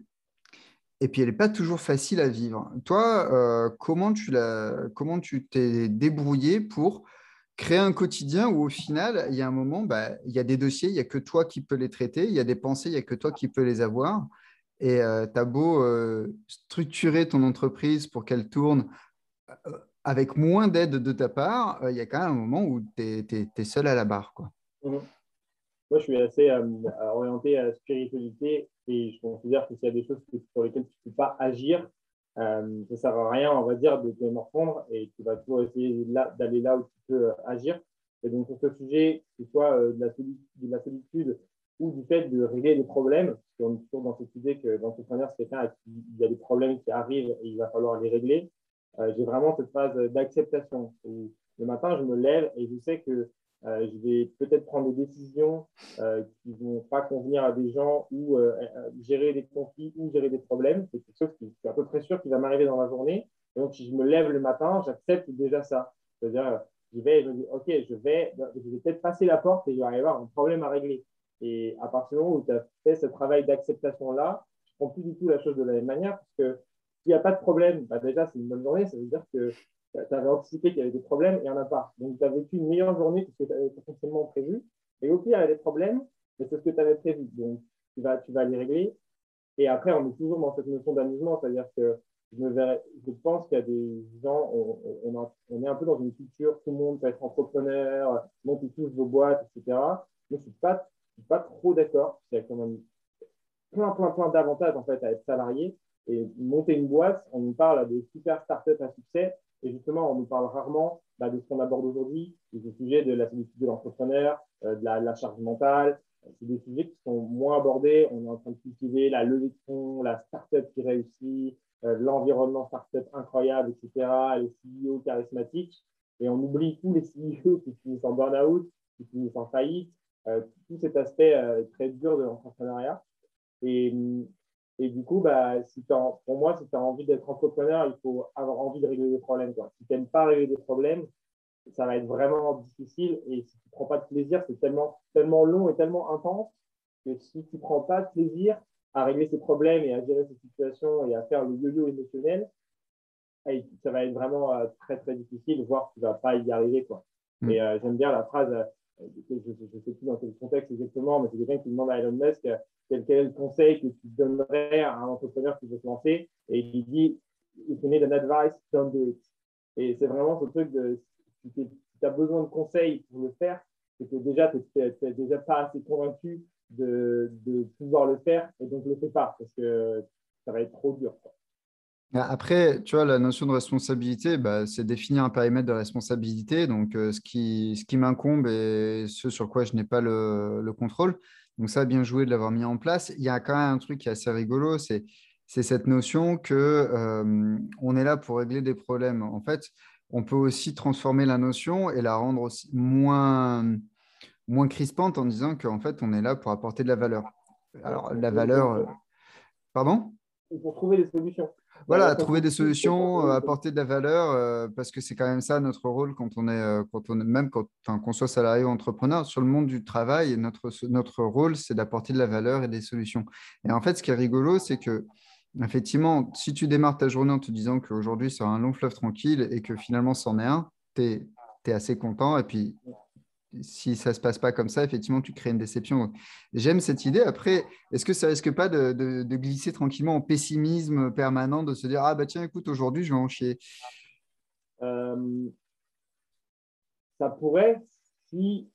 Et puis, elle n'est pas toujours facile à vivre. Toi, euh, comment tu l'as, comment tu t'es débrouillé pour créer un quotidien où, au final, il y a un moment, bah, il y a des dossiers, il n'y a que toi qui peux les traiter, il y a des pensées, il n'y a que toi qui peux les avoir. Et tu as beau euh, structurer ton entreprise pour qu'elle tourne euh, avec moins d'aide de ta part, euh, il y a quand même un moment où tu es, seul à la barre, quoi. Mhm. Moi, je suis assez euh, orienté à la spiritualité et je considère que s'il y a des choses que, sur lesquelles tu ne peux pas agir, euh, ça ne sert à rien, on va dire, de te morfondre et tu vas toujours essayer d'aller là où tu peux euh, agir. Et donc, sur ce sujet, que ce soit euh, de, la de, la solitude ou du fait de régler des problèmes, parce qu'on est toujours dans cette idée que l'entrepreneur, c'est quelqu'un à qui il y a des problèmes qui arrivent et il va falloir les régler. Euh, j'ai vraiment cette phase d'acceptation où le matin, je me lève et je sais que euh, je vais peut-être prendre des décisions euh, qui ne vont pas convenir à des gens ou euh, euh, gérer des conflits ou gérer des problèmes. C'est quelque chose qui, qui est à peu près sûr qui va m'arriver dans la journée. Et donc, si je me lève le matin, j'accepte déjà ça. C'est-à-dire, je vais, je me dis, OK, je vais, je vais peut-être passer la porte et il va y avoir un problème à régler. Et à partir du moment où tu as fait ce travail d'acceptation-là, je ne prends plus du tout la chose de la même manière parce que s'il n'y a pas de problème, bah déjà, c'est une bonne journée. Ça veut dire que tu avais anticipé qu'il y avait des problèmes et il n'y en a pas. Donc, tu as vécu une meilleure journée que ce que tu avais potentiellement prévu. Et au pire, il y a des problèmes, mais c'est ce que tu avais prévu. Donc, tu vas, tu vas les régler. Et après, on est toujours dans cette notion d'amusement, c'est-à-dire que je, me verrais, je pense qu'il y a des gens, on, on, a, on est un peu dans une culture, tout le monde peut être entrepreneur, monter tous vos boîtes, et cetera. Mais je ne suis pas, je suis pas trop d'accord. Il y a quand même plein, plein, plein d'avantages en fait, à être salarié. Et monter une boîte, on nous parle de super startups à succès. Et justement, on nous parle rarement bah, de ce qu'on aborde aujourd'hui, des sujets de la solitude de l'entrepreneur, euh, de, la, de la charge mentale. C'est des sujets qui sont moins abordés. On est en train de cultiver la levée de fonds, la startup qui réussit, euh, l'environnement startup incroyable, et cetera, les C E O charismatiques. Et on oublie tous les C E O qui finissent en burn-out, qui finissent en faillite, euh, tout cet aspect euh, très dur de l'entrepreneuriat. Et, et du coup, bah, si en, pour moi, si tu as envie d'être entrepreneur, il faut avoir envie de régler des problèmes. Quoi. Si tu n'aimes pas régler des problèmes, ça va être vraiment difficile. Et si tu ne prends pas de plaisir, c'est tellement, tellement long et tellement intense que si tu ne prends pas de plaisir à régler ces problèmes et à gérer ces situations et à faire le yo-yo émotionnel, ça va être vraiment euh, très, très difficile, voire tu ne vas pas y arriver. Quoi. Mm. Et euh, j'aime bien la phrase, euh, je ne sais plus dans quel contexte exactement, mais c'est quelqu'un qui demande à Elon Musk euh, quel, quel est le conseil que tu donnerais à un entrepreneur qui veut se lancer. Et il dit, if you need an advice, don't do it. Et c'est vraiment ce truc de, si tu as besoin de conseils pour le faire, c'est que déjà, tu n'es déjà pas assez convaincu de, de pouvoir le faire, et donc ne le fais pas, parce que ça va être trop dur. Quoi. Après, tu vois, la notion de responsabilité, bah, c'est définir un périmètre de responsabilité, donc euh, ce qui, ce qui m'incombe et ce sur quoi je n'ai pas le, le contrôle. Donc ça, bien joué de l'avoir mis en place. Il y a quand même un truc qui est assez rigolo, c'est, c'est cette notion que euh, on est là pour régler des problèmes. En fait, on peut aussi transformer la notion et la rendre aussi moins, moins crispante en disant qu'en fait, on est là pour apporter de la valeur. Ouais, Alors, pour la trouver des valeur, euh, solutions. pardon? Et pour trouver des solutions. La Voilà, notion trouver des positive, c'est pour solutions, trouver euh, des solutions. apporter de la valeur, euh, parce que c'est quand même ça notre rôle quand on est, euh, quand on est même quand, enfin, qu'on soit salarié ou entrepreneur, sur le monde du travail, notre, notre rôle, c'est d'apporter de la valeur et des solutions. Et en fait, ce qui est rigolo, c'est que, effectivement, si tu démarres ta journée en te disant qu'aujourd'hui, c'est un long fleuve tranquille et que finalement, c'en est un, tu es assez content. Et puis, si ça ne se passe pas comme ça, effectivement, tu crées une déception. Donc, j'aime cette idée. Après, est-ce que ça risque pas de, de- de glisser tranquillement en pessimisme permanent, de se dire, ah bah tiens, écoute, aujourd'hui, je vais en chier. Euh, ça pourrait, si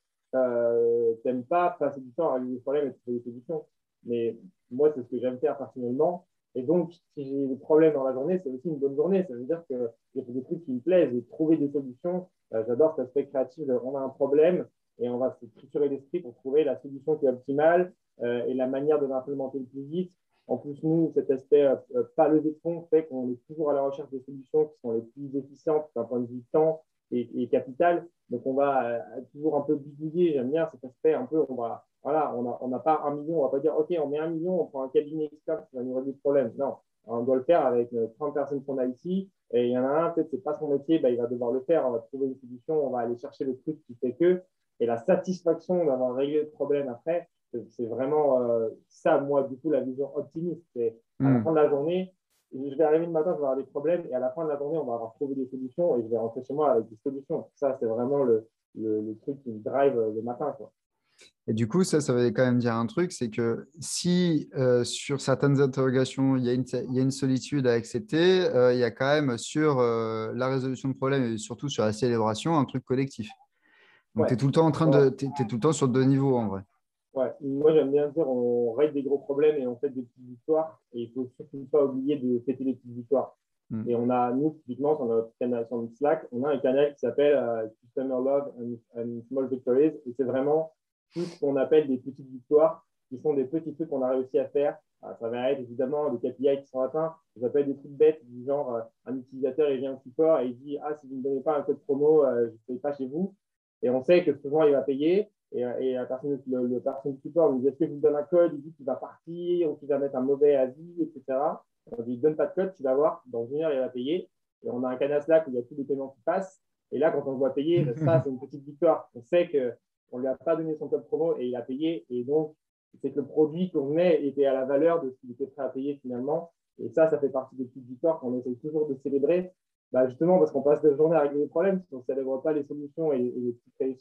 euh, tu n'aimes pas passer du temps à régler des problèmes et trouver des solutions. Mais moi, c'est ce que j'aime faire personnellement. Et donc, si j'ai des problèmes dans la journée, c'est aussi une bonne journée. Ça veut dire que j'ai fait des trucs qui me plaisent et trouver des solutions. Euh, J'adore cet aspect créatif. On a un problème et on va se triturer l'esprit pour trouver la solution qui est optimale euh, et la manière de l'implémenter le plus vite. En plus, nous, cet aspect euh, pas levé de fond fait qu'on est toujours à la recherche des solutions qui sont les plus efficientes d'un point de vue temps et, et capital. Donc, on va euh, toujours un peu bidouiller. J'aime bien cet aspect un peu. On va, voilà, on n'a on a pas un million. On va pas dire, OK, on met un million, on prend un cabinet expert qui va nous régler le problème. Non, on doit le faire avec trente personnes qu'on a ici. Et il y en a un, peut-être, c'est pas son métier, ben, il va devoir le faire. On va trouver une solution, on va aller chercher le truc qui fait que. Et la satisfaction d'avoir réglé le problème après, c'est vraiment euh, ça, moi, du coup, la vision optimiste. C'est à la fin Hmm. de la journée, je vais arriver le matin, je vais avoir des problèmes, et à la fin de la journée, on va avoir trouvé des solutions, et je vais rentrer chez moi avec des solutions. Ça, c'est vraiment le, le, le truc qui me drive le matin. Quoi. Et du coup, ça, ça veut quand même dire un truc, c'est que si euh, sur certaines interrogations, il y a une, il y a une solitude à accepter, euh, il y a quand même sur euh, la résolution de problèmes et surtout sur la célébration, un truc collectif. Donc, tu es Ouais. tout le temps en train Ouais. de, t'es, t'es tout le temps sur deux niveaux en vrai. Ouais. Moi, j'aime bien dire on règle des gros problèmes et on fait des petites victoires. Et il ne faut surtout pas oublier de fêter les petites victoires. Hmm. Et on a, nous, typiquement, sur notre canal, sur notre Slack, on a un canal qui s'appelle euh, Customer Love and, and Small Victories. Et c'est vraiment tout ce qu'on appelle des petites victoires, qui sont des petits trucs qu'on a réussi à faire. Ah, ça va être évidemment des K P I qui sont atteints. Ça peut être des trucs bêtes, du genre euh, un utilisateur, il vient au support et il dit ah, si vous ne me donnez pas un code promo, euh, je ne paye pas chez vous. Et on sait que souvent, il va payer. Et, et la personne, le, le personne du support nous dit est-ce que je vous donne un code? Il dit qu'il va partir ou qu'il va mettre un mauvais avis, et cetera. On dit donne pas de code, tu vas voir, dans une heure, il va payer. Et on a un canal Slack où il y a tous les paiements qui passent. Et là, quand on le voit payer, ça, c'est une petite victoire. On sait qu'on ne lui a pas donné son code promo et il a payé. Et donc, c'est que le produit qu'on met était à la valeur de ce qu'il était prêt à payer finalement. Et ça, ça fait partie des petites victoires qu'on essaie toujours de célébrer. Bah justement, parce qu'on passe la journée à régler les problèmes, si on ne célèbre pas les solutions et, et les petites réussites,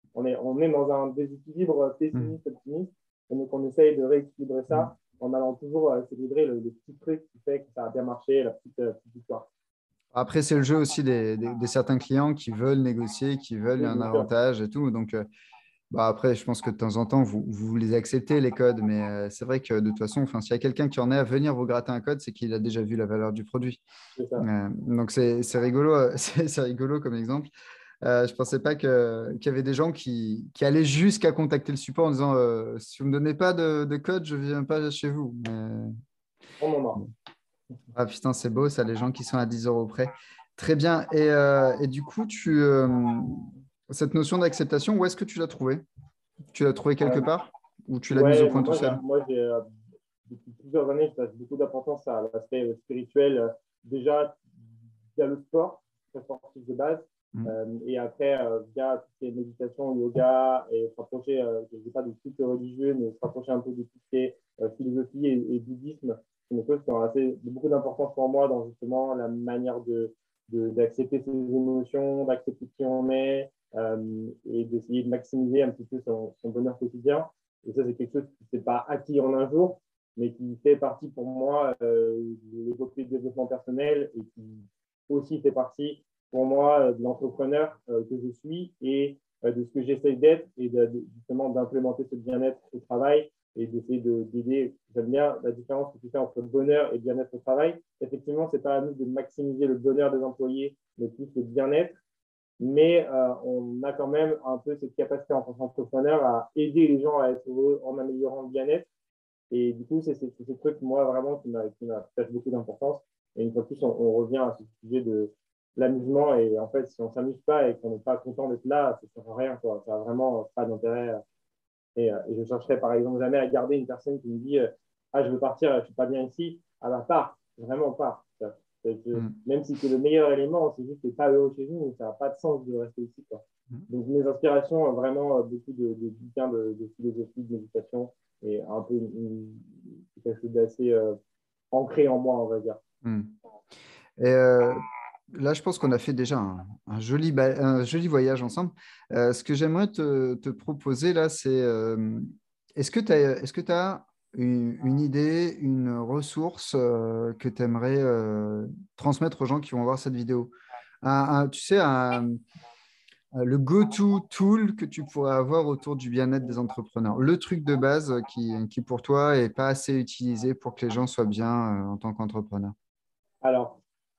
on est, on est dans un déséquilibre Mm. pessimiste-optimiste. Et donc, on essaye de rééquilibrer Mm. ça en allant toujours euh, célébrer le, le petit truc qui fait que ça a bien marché, la petite, euh, petite victoire. Après, c'est le jeu aussi des, des- des certains clients qui veulent négocier, qui veulent Oui, un bien sûr. avantage et tout. Donc, euh, bah après, je pense que de temps en temps, vous, vous les acceptez, les codes. Mais euh, c'est vrai que de toute façon, enfin, s'il y a quelqu'un qui en est à venir vous gratter un code, c'est qu'il a déjà vu la valeur du produit. C'est ça. Euh, donc, c'est c'est rigolo, euh, c'est c'est rigolo comme exemple. Euh, je ne pensais pas que, qu'il y avait des gens qui, qui allaient jusqu'à contacter le support en disant euh, si vous ne me donnez pas de, de code, je ne viens pas chez vous. Mais, On en a. bon. Ah putain, c'est beau ça, les gens qui sont à dix euros près. Très bien. Et, euh, et du coup, tu, euh, cette notion d'acceptation, où est-ce que tu l'as trouvée? Tu l'as trouvée quelque Euh, part? Ou tu l'as mise au ouais, point tout moi, j'ai, seul? moi, j'ai euh, depuis plusieurs années, je passe beaucoup d'importance à l'aspect euh, spirituel. euh, déjà, via le sport, très sportif de base. Mm. Euh, et après, euh, via toutes ces méditations, yoga, et se rapprocher, euh, je ne sais pas de culte religieux, mais se rapprocher un peu de tout ce qui est euh, philosophie et, et bouddhisme, c'est une chose qui a assez, beaucoup d'importance pour moi dans justement la manière de, de, d'accepter ses émotions, d'accepter qui on est, euh, et d'essayer de maximiser un petit peu son, son bonheur quotidien. Et ça, c'est quelque chose qui ne s'est pas acquis en un jour, mais qui fait partie pour moi euh, de développement personnel et qui aussi fait partie pour moi de l'entrepreneur euh, que je suis et euh, de ce que j'essaie d'être et de, de, justement d'implémenter ce bien-être au travail et d'essayer de, d'aider. J'aime bien la différence que tu fais entre le bonheur et le bien-être au travail. Effectivement, ce n'est pas à nous de maximiser le bonheur des employés, mais plus le bien-être. Mais euh, on a quand même un peu cette capacité en tant qu'entrepreneur à aider les gens à être heureux en améliorant le bien-être. Et du coup, c'est ce truc, moi, vraiment, qui m'attache beaucoup d'importance. Et une fois de plus, on, on revient à ce sujet de l'amusement. Et en fait, si on ne s'amuse pas et qu'on n'est pas content d'être là, ça ne sert à rien, quoi. Ça n'a vraiment pas d'intérêt. Et, euh, et je ne chercherai, par exemple, jamais à garder une personne qui me dit euh, ah, je veux partir, je ne suis pas bien ici. Ah, bah, part, vraiment part. Ça, Mm. même si c'est le meilleur élément, c'est juste que tu n'es pas heureux chez nous, ça n'a pas de sens de rester ici, quoi. Donc, mes inspirations, vraiment, euh, beaucoup de, de bouquins de, de philosophie, de méditation, et un peu une, une, quelque chose d'assez euh, ancré en moi, on va dire. Mm. Et euh, là, je pense qu'on a fait déjà un, un joli, ba- un joli voyage ensemble. Euh, ce que j'aimerais te, te proposer là, c'est euh, est-ce que tu as, est-ce que tu as une, une idée, une ressource euh, que tu aimerais transmettre aux gens qui vont voir cette vidéo? Un- un- tu sais, un- le go-to tool que tu pourrais avoir autour du bien-être des entrepreneurs. Le truc de base qui, qui pour toi, est pas assez utilisé pour que les gens soient bien euh, en tant qu'entrepreneur. Alors,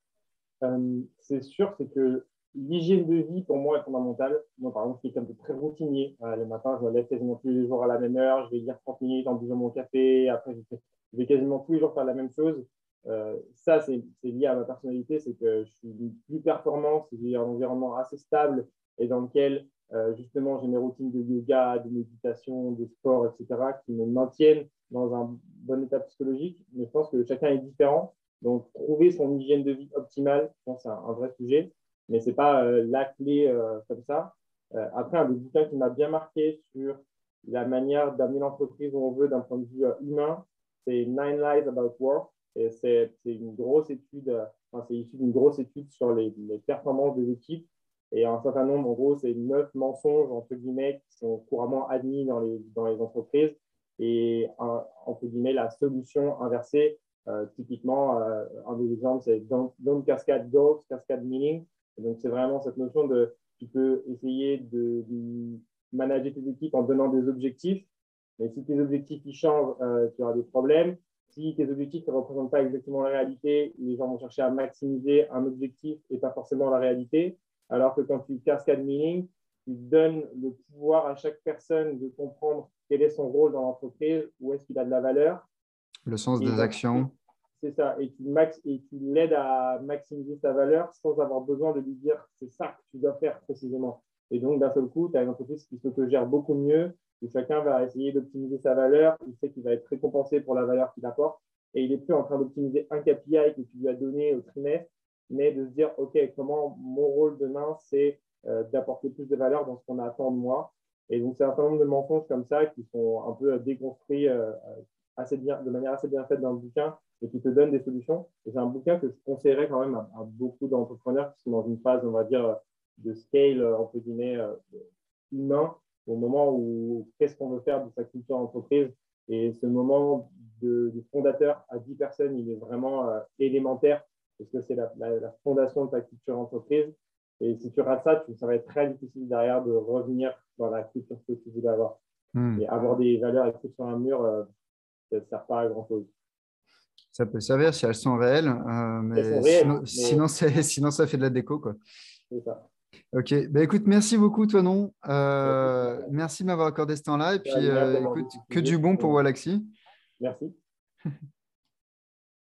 Euh, c'est sûr, c'est que l'hygiène de vie, pour moi, est fondamentale. Moi, par exemple, je suis quelqu'un de très routinier. Euh, le matin, je me lève quasiment tous les jours à la même heure. Je vais lire trente minutes en buvant mon café. Après, je, fais- je vais quasiment tous les jours faire la même chose. Euh, ça, c'est c'est lié à ma personnalité. C'est que je suis plus performant, j'ai un environnement assez stable et dans lequel, euh, justement, j'ai mes routines de yoga, de méditation, de sport, et cetera, qui me maintiennent dans un bon état psychologique. Mais je pense que chacun est différent. Donc, trouver son hygiène de vie optimale, je pense que c'est un, un vrai sujet, mais ce n'est pas euh, la clé euh, comme ça. Euh, après, un des bouquins qui m'a bien marqué sur la manière d'amener l'entreprise où on veut d'un point de vue euh, humain, c'est Nine Lies About Work. Et c'est une grosse étude, euh, enfin, c'est issu d'une grosse étude sur les, les performances des équipes. Et un certain nombre, en gros, c'est neuf mensonges, entre guillemets, qui sont couramment admis dans les, dans les entreprises. Et, un, entre guillemets, la solution inversée, euh, typiquement, euh, un des exemples, c'est don't, don't cascade goals, cascade meaning. Et donc, c'est vraiment cette notion de tu peux essayer de, de, manager tes équipes en donnant des objectifs, mais si tes objectifs ils changent, euh, tu auras des problèmes. Si tes objectifs ne représentent pas exactement la réalité, les gens vont chercher à maximiser un objectif et pas forcément la réalité. Alors que quand tu cascade meaning, tu donnes le pouvoir à chaque personne de comprendre quel est son rôle dans l'entreprise, où est-ce qu'il a de la valeur, Le sens et des donc, actions. c'est ça. Et tu, max, et tu l'aides à maximiser sa valeur sans avoir besoin de lui dire c'est ça que tu dois faire précisément. Et donc, d'un seul coup, tu as une entreprise qui s'autogère beaucoup mieux, où chacun va essayer d'optimiser sa valeur. Il sait qu'il va être récompensé pour la valeur qu'il apporte. Et il n'est plus en train d'optimiser un K P I que tu lui as donné au trimestre, mais de se dire OK, comment mon rôle demain, c'est euh, d'apporter plus de valeur dans ce qu'on attend de moi. Et donc, c'est un certain nombre de mensonges comme ça qui sont un peu déconstruits euh, assez bien, de manière assez bien faite dans le bouquin et qui te donne des solutions. Et c'est un bouquin que je conseillerais quand même à, à beaucoup d'entrepreneurs qui sont dans une phase, on va dire, de scale, entre guillemets, humain au moment où qu'est-ce qu'on veut faire de sa culture entreprise. Et ce moment de, de fondateur à dix personnes, il est vraiment euh, élémentaire parce que c'est la, la, la fondation de ta culture entreprise. Et si tu rates ça, tu, ça va être très difficile derrière de revenir dans la culture que tu voulais avoir. Hmm. Et avoir des valeurs écrites sur un mur, euh, ça ne sert pas à grand-chose. Ça peut servir si elles sont réelles, euh, Elles sont mais réelles, sinon, mais sinon, c'est- sinon, ça fait de la déco, quoi. c'est ça. Ok, bah, écoute, merci beaucoup, toi, non. Merci Euh, merci de m'avoir accordé ce temps-là. Et puis, agréable euh, d'aborder écoute, ce que sujet. du bon pour Et Wallaxy. merci.